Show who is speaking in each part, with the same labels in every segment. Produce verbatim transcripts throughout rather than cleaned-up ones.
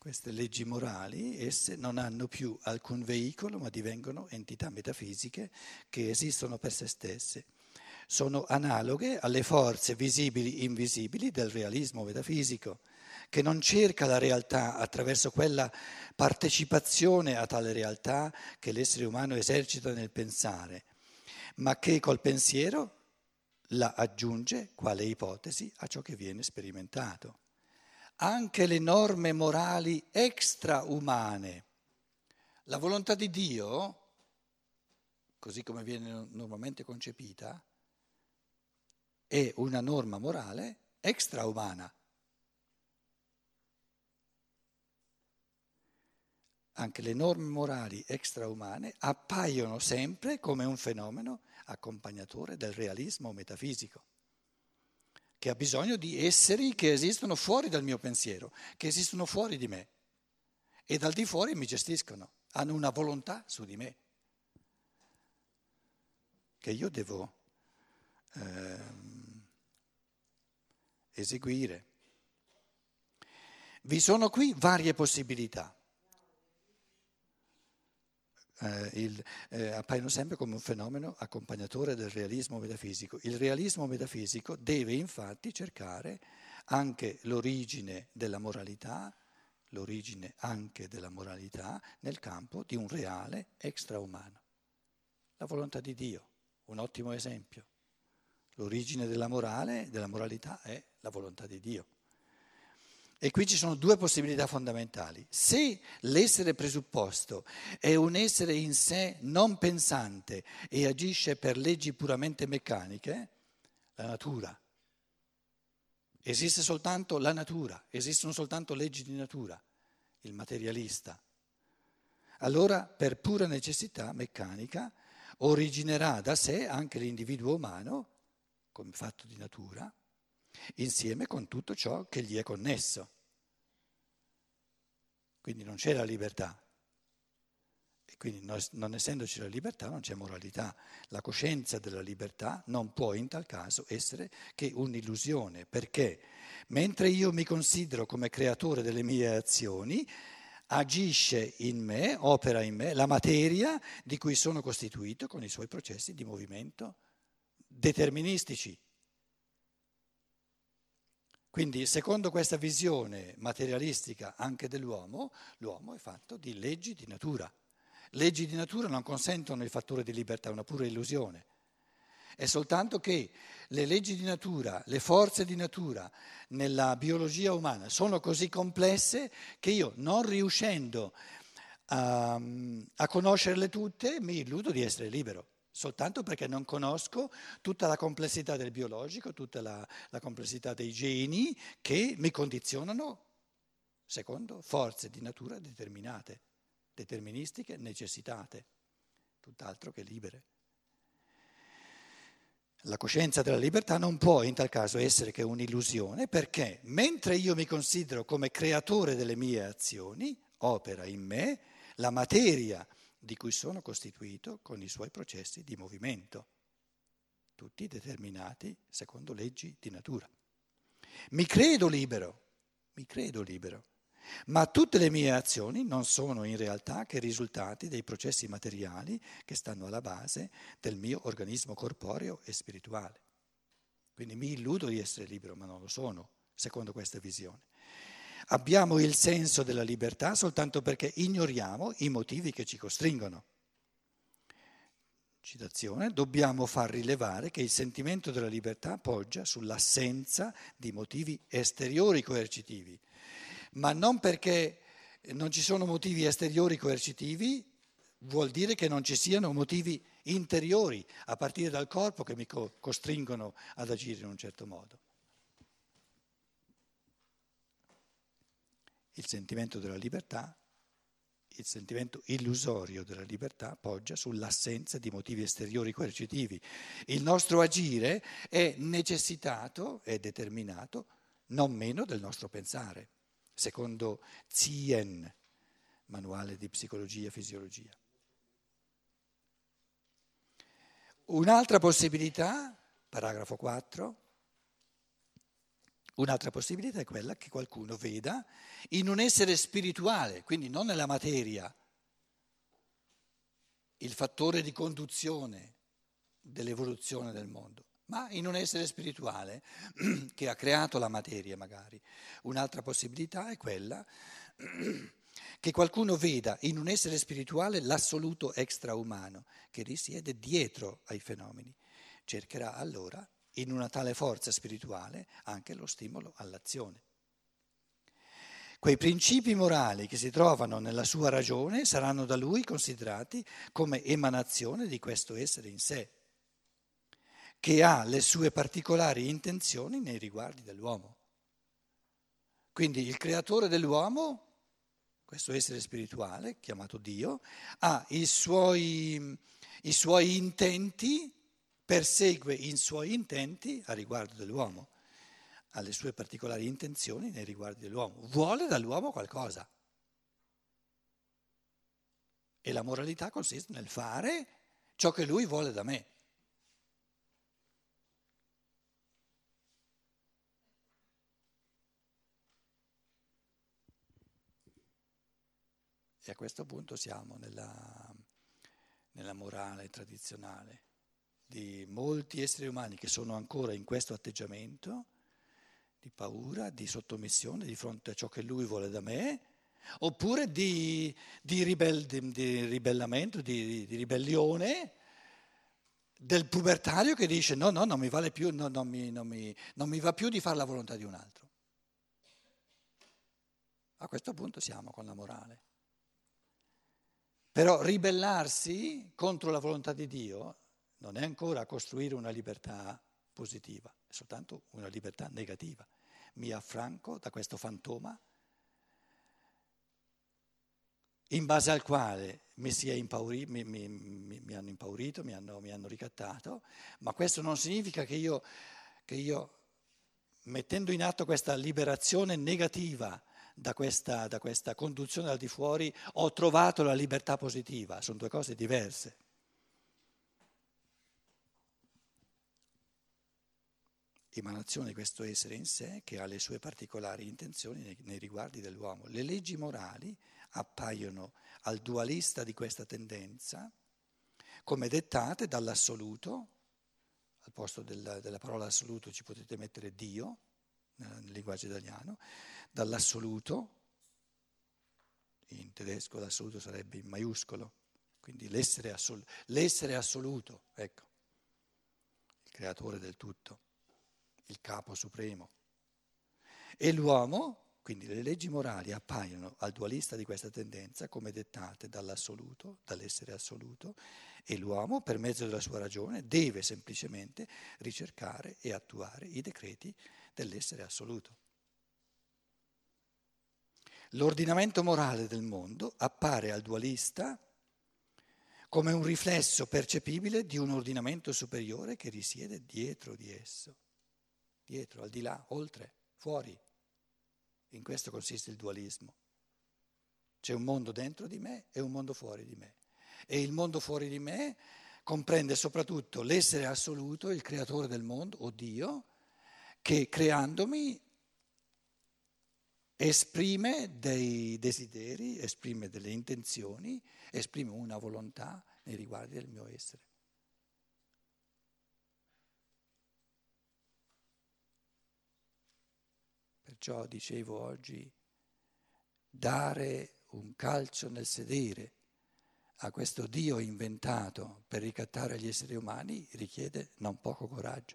Speaker 1: queste leggi morali, esse non hanno più alcun veicolo, ma divengono entità metafisiche che esistono per se stesse. Sono analoghe alle forze visibili e invisibili del realismo metafisico, che non cerca la realtà attraverso quella partecipazione a tale realtà che l'essere umano esercita nel pensare, ma che col pensiero la aggiunge quale ipotesi a ciò che viene sperimentato. Anche le norme morali extraumane, la volontà di Dio, così come viene normalmente concepita, è una norma morale extraumana. Anche le norme morali extraumane appaiono sempre come un fenomeno accompagnatore del realismo metafisico, che ha bisogno di esseri che esistono fuori dal mio pensiero, che esistono fuori di me e dal di fuori mi gestiscono, hanno una volontà su di me che io devo ehm, eseguire. Vi sono qui varie possibilità. Eh, il, eh, appaiono sempre come un fenomeno accompagnatore del realismo metafisico. Il realismo metafisico deve infatti cercare anche l'origine della moralità, l'origine anche della moralità nel campo di un reale extraumano. La volontà di Dio, un ottimo esempio. L'origine della morale, della moralità è la volontà di Dio. E qui ci sono due possibilità fondamentali. Se l'essere presupposto è un essere in sé non pensante e agisce per leggi puramente meccaniche, la natura. Esiste soltanto la natura, esistono soltanto leggi di natura, il materialista. Allora, per pura necessità meccanica, originerà da sé anche l'individuo umano, come fatto di natura, insieme con tutto ciò che gli è connesso. Quindi non c'è la libertà. E quindi non essendoci la libertà non c'è moralità. La coscienza della libertà non può in tal caso essere che un'illusione, perché mentre io mi considero come creatore delle mie azioni, agisce in me, opera in me la materia di cui sono costituito con i suoi processi di movimento deterministici. Quindi, secondo questa visione materialistica anche dell'uomo, l'uomo è fatto di leggi di natura. Leggi di natura non consentono il fattore di libertà, è una pura illusione. È soltanto che le leggi di natura, le forze di natura nella biologia umana sono così complesse che io, non riuscendo a, a conoscerle tutte, mi illudo di essere libero. Soltanto perché non conosco tutta la complessità del biologico, tutta la, la complessità dei geni che mi condizionano secondo forze di natura determinate, deterministiche, necessitate, tutt'altro che libere. La coscienza della libertà non può in tal caso essere che un'illusione, perché mentre io mi considero come creatore delle mie azioni, opera in me la materia di cui sono costituito con i suoi processi di movimento, tutti determinati secondo leggi di natura. Mi credo libero, mi credo libero, ma tutte le mie azioni non sono in realtà che risultati dei processi materiali che stanno alla base del mio organismo corporeo e spirituale. Quindi mi illudo di essere libero, ma non lo sono, secondo questa visione. Abbiamo il senso della libertà soltanto perché ignoriamo i motivi che ci costringono. Citazione, dobbiamo far rilevare che il sentimento della libertà poggia sull'assenza di motivi esteriori coercitivi, ma non perché non ci sono motivi esteriori coercitivi vuol dire che non ci siano motivi interiori, a partire dal corpo, che mi co- costringono ad agire in un certo modo. Il sentimento della libertà, il sentimento illusorio della libertà poggia sull'assenza di motivi esteriori coercitivi. Il nostro agire è necessitato, è determinato, non meno del nostro pensare, secondo Zien, manuale di psicologia e fisiologia. Un'altra possibilità, paragrafo quattro, Un'altra possibilità è quella che qualcuno veda in un essere spirituale, quindi non nella materia, il fattore di conduzione dell'evoluzione del mondo, ma in un essere spirituale che ha creato la materia magari. Un'altra possibilità è quella che qualcuno veda in un essere spirituale l'assoluto extraumano che risiede dietro ai fenomeni. Cercherà allora in una tale forza spirituale anche lo stimolo all'azione. Quei principi morali che si trovano nella sua ragione saranno da lui considerati come emanazione di questo essere in sé, che ha le sue particolari intenzioni nei riguardi dell'uomo. Quindi il creatore dell'uomo, questo essere spirituale chiamato Dio, ha i suoi, i suoi intenti, persegue i suoi intenti a riguardo dell'uomo, ha le sue particolari intenzioni nei riguardi dell'uomo, vuole dall'uomo qualcosa. E la moralità consiste nel fare ciò che lui vuole da me. E a questo punto siamo nella, nella morale tradizionale di molti esseri umani che sono ancora in questo atteggiamento di paura, di sottomissione di fronte a ciò che lui vuole da me, oppure di, di, ribel, di, di ribellamento, di, di ribellione del pubertario che dice no, no, non mi vale più, no, non, mi, non, mi, non mi va più di fare la volontà di un altro. A questo punto siamo con la morale. Però ribellarsi contro la volontà di Dio non è ancora costruire una libertà positiva, è soltanto una libertà negativa. Mi affranco da questo fantoma in base al quale mi, si è impauri, mi, mi, mi, mi hanno impaurito, mi hanno, mi hanno ricattato, ma questo non significa che io, che io, mettendo in atto questa liberazione negativa da questa, da questa conduzione al di fuori, ho trovato la libertà positiva, sono due cose diverse. Emanazione di questo essere in sé che ha le sue particolari intenzioni nei, nei riguardi dell'uomo. Le leggi morali appaiono al dualista di questa tendenza come dettate dall'assoluto, al posto del, della parola assoluto ci potete mettere Dio, nel linguaggio italiano, dall'assoluto, in tedesco l'assoluto sarebbe in maiuscolo, quindi l'essere, assol- l'essere assoluto, ecco, il creatore del tutto, il capo supremo. E l'uomo, quindi le leggi morali appaiono al dualista di questa tendenza come dettate dall'assoluto, dall'essere assoluto, e l'uomo, per mezzo della sua ragione, deve semplicemente ricercare e attuare i decreti dell'essere assoluto. L'ordinamento morale del mondo appare al dualista come un riflesso percepibile di un ordinamento superiore che risiede dietro di esso, dietro, al di là, oltre, fuori. In questo consiste il dualismo. C'è un mondo dentro di me e un mondo fuori di me. E il mondo fuori di me comprende soprattutto l'essere assoluto, il creatore del mondo, o Dio, che creandomi esprime dei desideri, esprime delle intenzioni, esprime una volontà nei riguardi del mio essere. Perciò dicevo oggi, dare un calcio nel sedere a questo Dio inventato per ricattare gli esseri umani richiede non poco coraggio.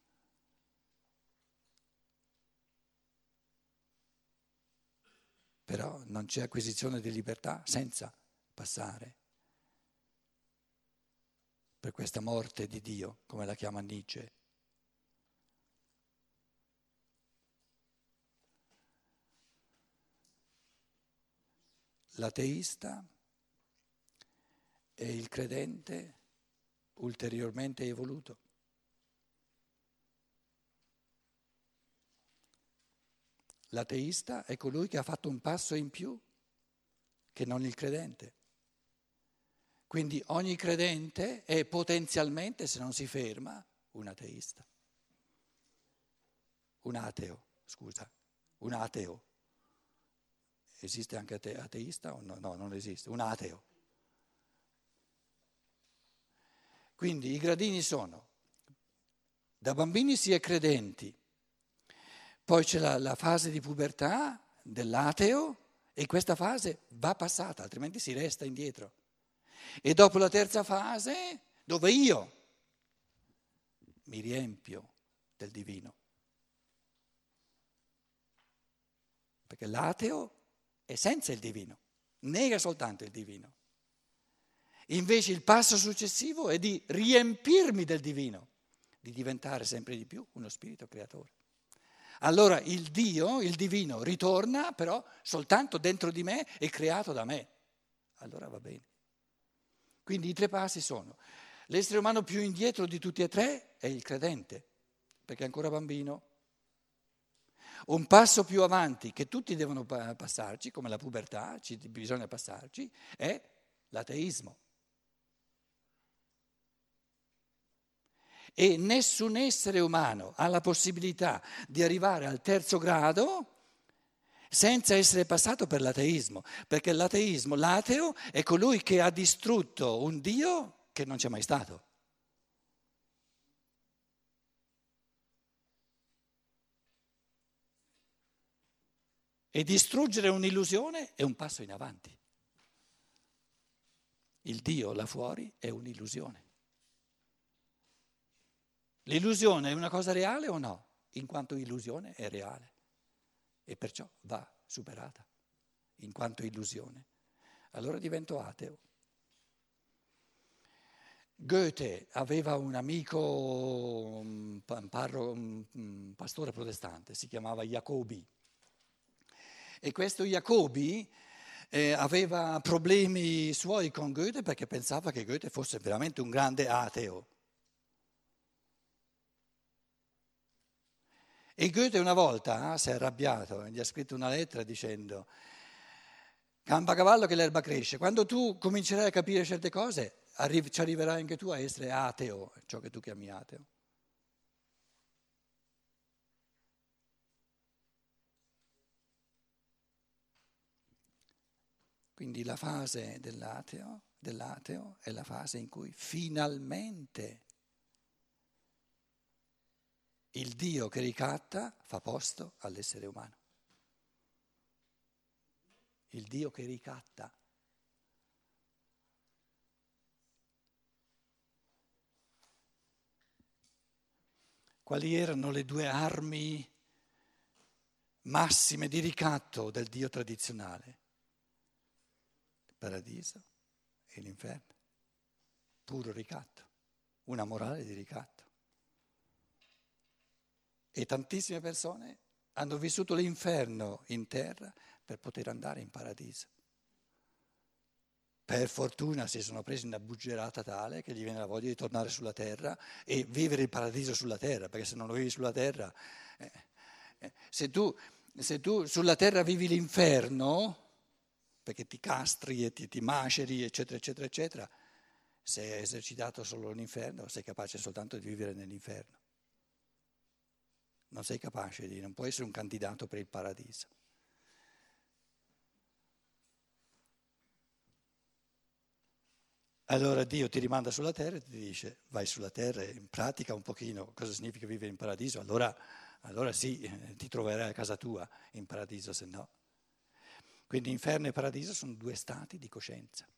Speaker 1: Però non c'è acquisizione di libertà senza passare per questa morte di Dio, come la chiama Nietzsche. L'ateista e il credente ulteriormente evoluto. L'ateista è colui che ha fatto un passo in più che non il credente. Quindi ogni credente è potenzialmente, se non si ferma, un ateista, un ateo. scusa, un ateo. Esiste anche ate- ateista o no? No, non esiste, un ateo. Quindi i gradini sono, da bambini si è credenti, poi c'è la, la fase di pubertà dell'ateo e questa fase va passata, altrimenti si resta indietro. E dopo la terza fase, dove io mi riempio del divino. Perché l'ateo è senza il divino, nega soltanto il divino. Invece il passo successivo è di riempirmi del divino, di diventare sempre di più uno spirito creatore. Allora il Dio, il divino, ritorna però soltanto dentro di me e creato da me. Allora va bene. Quindi i tre passi sono: l'essere umano più indietro di tutti e tre è il credente, perché è ancora bambino. Un passo più avanti che tutti devono passarci, come la pubertà, ci bisogna passarci, è l'ateismo. E nessun essere umano ha la possibilità di arrivare al terzo grado senza essere passato per l'ateismo, perché l'ateismo, l'ateo, è colui che ha distrutto un Dio che non c'è mai stato. E distruggere un'illusione è un passo in avanti. Il Dio là fuori è un'illusione. L'illusione è una cosa reale o no? In quanto illusione è reale e perciò va superata, in quanto illusione. Allora divento ateo. Goethe aveva un amico, un, parro, un pastore protestante, si chiamava Jacobi. E questo Jacobi eh, aveva problemi suoi con Goethe perché pensava che Goethe fosse veramente un grande ateo. E Goethe una volta eh, si è arrabbiato e gli ha scritto una lettera dicendo: campa cavallo che l'erba cresce, quando tu comincerai a capire certe cose arri- ci arriverai anche tu a essere ateo, ciò che tu chiami ateo. Quindi la fase dell'ateo, dell'ateo è la fase in cui finalmente il Dio che ricatta fa posto all'essere umano. Il Dio che ricatta. Quali erano le due armi massime di ricatto del Dio tradizionale? Il paradiso e l'inferno. Puro ricatto, una morale di ricatto. E tantissime persone hanno vissuto l'inferno in terra per poter andare in paradiso. Per fortuna si sono presi una buggerata tale che gli viene la voglia di tornare sulla terra e vivere il paradiso sulla terra, perché se non lo vivi sulla terra, eh, eh, se, tu, se tu sulla terra vivi l'inferno, perché ti castri e ti, ti maceri, eccetera, eccetera, eccetera, se hai esercitato solo l'inferno, sei capace soltanto di vivere nell'inferno. Non sei capace di, non puoi essere un candidato per il paradiso. Allora Dio ti rimanda sulla terra e ti dice: vai sulla terra e in pratica un pochino cosa significa vivere in paradiso, allora, allora sì, eh, ti troverai a casa tua in paradiso, se no. Quindi inferno e paradiso sono due stati di coscienza.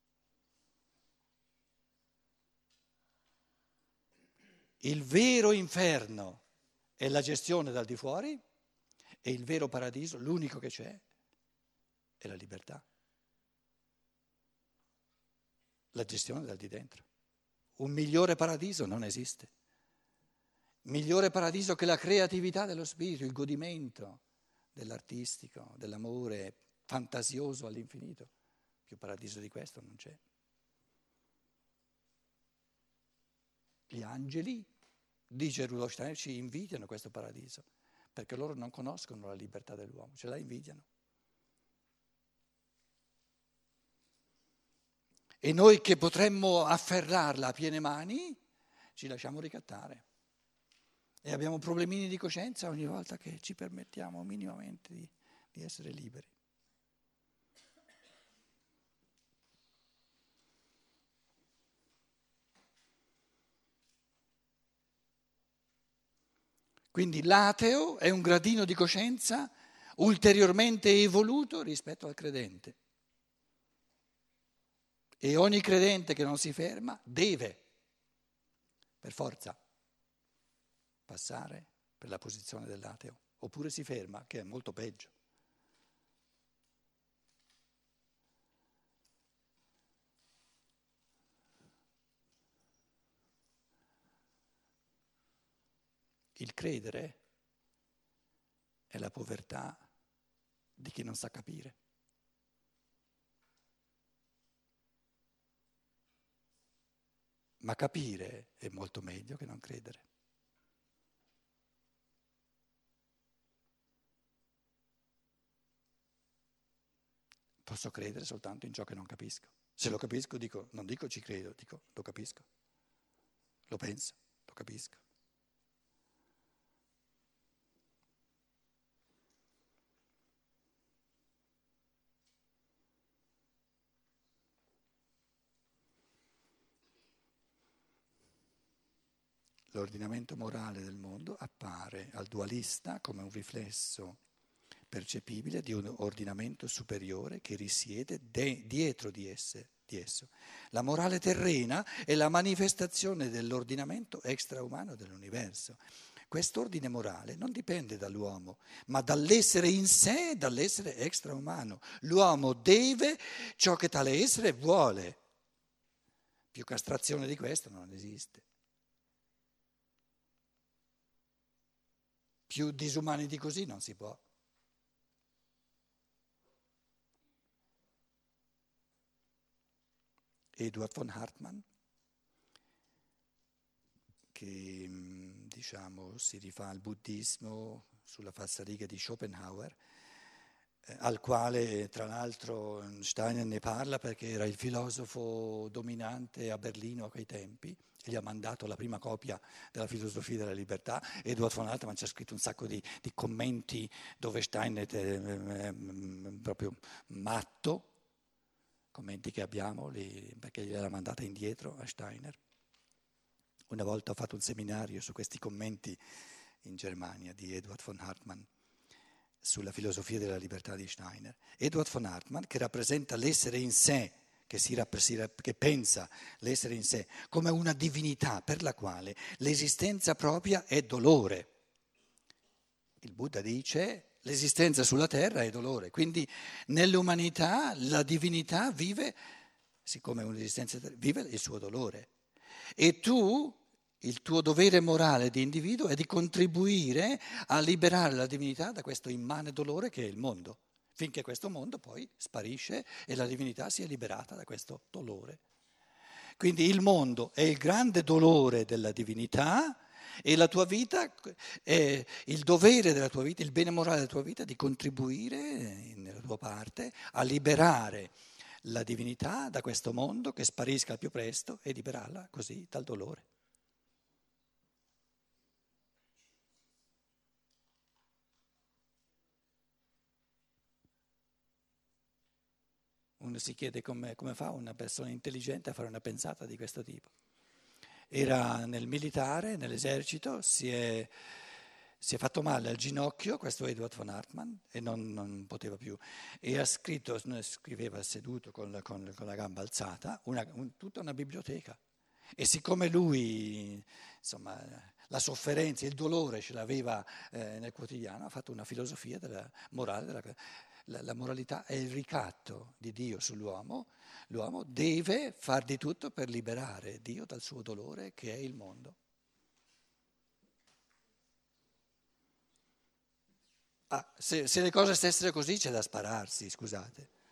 Speaker 1: Il vero inferno è la gestione dal di fuori e il vero paradiso, l'unico che c'è, è la libertà. La gestione dal di dentro. Un migliore paradiso non esiste. Migliore paradiso che la creatività dello spirito, il godimento dell'artistico, dell'amore fantasioso all'infinito. Più paradiso di questo non c'è. Gli angeli, dice Rudolf Steiner, ci invidiano a questo paradiso, perché loro non conoscono la libertà dell'uomo, ce la invidiano. E noi che potremmo afferrarla a piene mani, ci lasciamo ricattare. E abbiamo problemini di coscienza ogni volta che ci permettiamo minimamente di, di essere liberi. Quindi l'ateo è un gradino di coscienza ulteriormente evoluto rispetto al credente. E ogni credente che non si ferma deve, per forza, passare per la posizione dell'ateo. Oppure si ferma, che è molto peggio. Il credere è la povertà di chi non sa capire. Ma capire è molto meglio che non credere. Posso credere soltanto in ciò che non capisco. Se lo capisco dico, non dico ci credo, dico lo capisco. Lo penso, lo capisco. L'ordinamento morale del mondo appare al dualista come un riflesso percepibile di un ordinamento superiore che risiede de- dietro di, esse, di esso. La morale terrena è la manifestazione dell'ordinamento extraumano dell'universo. Quest'ordine morale non dipende dall'uomo, ma dall'essere in sé e dall'essere extraumano. L'uomo deve ciò che tale essere vuole. Più castrazione di questo non esiste. Più disumani di così non si può. Eduard von Hartmann, che diciamo si rifà al buddismo sulla falsariga di Schopenhauer, eh, al quale tra l'altro Steiner ne parla perché era il filosofo dominante a Berlino a quei tempi. Gli ha mandato la prima copia della filosofia della libertà. Eduard von Hartmann ci ha scritto un sacco di, di commenti dove Steiner è eh, eh, proprio matto, commenti che abbiamo li, perché gliel'ha mandata indietro a Steiner. Una volta ho fatto un seminario su questi commenti in Germania di Eduard von Hartmann sulla filosofia della libertà di Steiner. Eduard von Hartmann, che rappresenta l'essere in sé, che, si, che pensa l'essere in sé come una divinità per la quale l'esistenza propria è dolore. Il Buddha dice l'esistenza sulla terra è dolore, quindi nell'umanità la divinità vive, siccome è un'esistenza, vive il suo dolore. E tu, il tuo dovere morale di individuo è di contribuire a liberare la divinità da questo immane dolore che è il mondo, finché questo mondo poi sparisce e la divinità sia liberata da questo dolore. Quindi il mondo è il grande dolore della divinità e la tua vita è il dovere della tua vita, il bene morale della tua vita di contribuire nella tua parte a liberare la divinità da questo mondo che sparisca al più presto e liberarla così dal dolore. Uno si chiede come, come fa una persona intelligente a fare una pensata di questo tipo. Era nel militare, nell'esercito, si è, si è fatto male al ginocchio, questo Eduard von Hartmann, e non, non poteva più. E ha scritto, scriveva seduto con la, con, con la gamba alzata, una, un, tutta una biblioteca. E siccome lui, insomma, la sofferenza, il dolore ce l'aveva eh, nel quotidiano, ha fatto una filosofia della morale della La, la moralità è il ricatto di Dio sull'uomo, l'uomo deve far di tutto per liberare Dio dal suo dolore che è il mondo. Ah, se, se le cose stessero così c'è da spararsi, scusate.